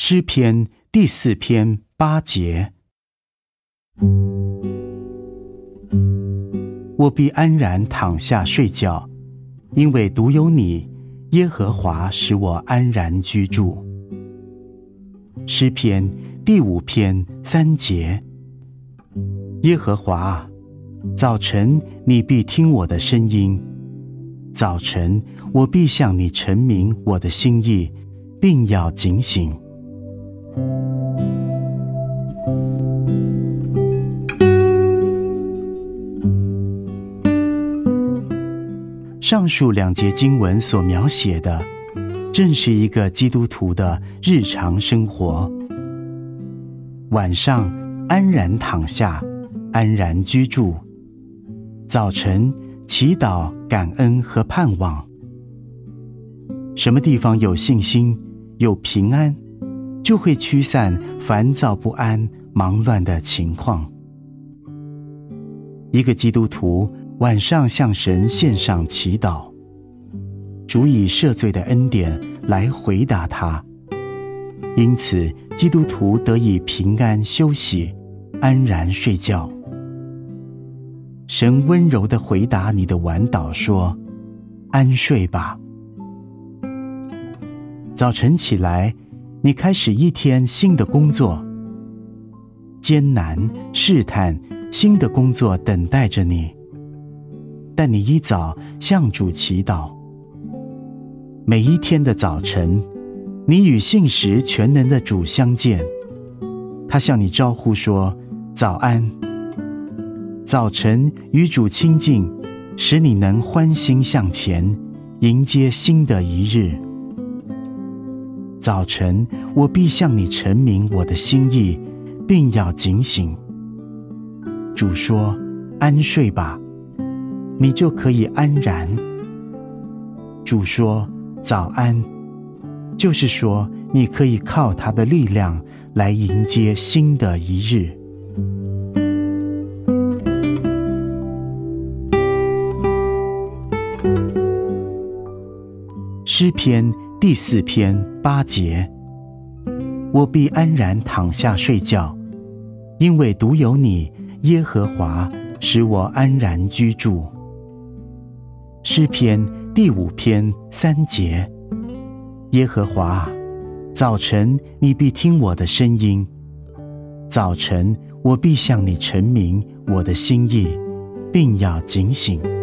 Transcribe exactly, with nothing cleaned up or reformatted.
诗篇第四篇八节。我必安然躺下睡觉，因为独有你，耶和华使我安然居住。诗篇第五篇三节。耶和华，早晨你必听我的声音，早晨我必向你陈明我的心意，并要警醒。上述两节经文所描写的，正是一个基督徒的日常生活。晚上安然躺下，安然居住；早晨祈祷、感恩和盼望。什么地方有信心、有平安，就会驱散烦躁不安、忙乱的情况。一个基督徒晚上向神献上祈祷，主以赦罪的恩典来回答他，因此基督徒得以平安休息，安然睡觉。神温柔地回答你的晚祷说：安睡吧。早晨起来，你开始一天新的工作，艰难、试探、新的工作等待着你，但你一早向主祈祷。每一天的早晨，你与信实全能的主相见，他向你招呼说：早安。早晨与主亲近，使你能欢欣向前，迎接新的一日。早晨我必向你陈明我的心意，并要警醒。主说：安睡吧，你就可以安然。主说：早安，就是说你可以靠他的力量来迎接新的一日。诗篇第四篇八节。我必安然躺下睡觉，因为独有你，耶和华使我安然居住。诗篇第五篇三节。耶和华，早晨你必听我的声音，早晨我必向你陈明我的心意，并要警醒。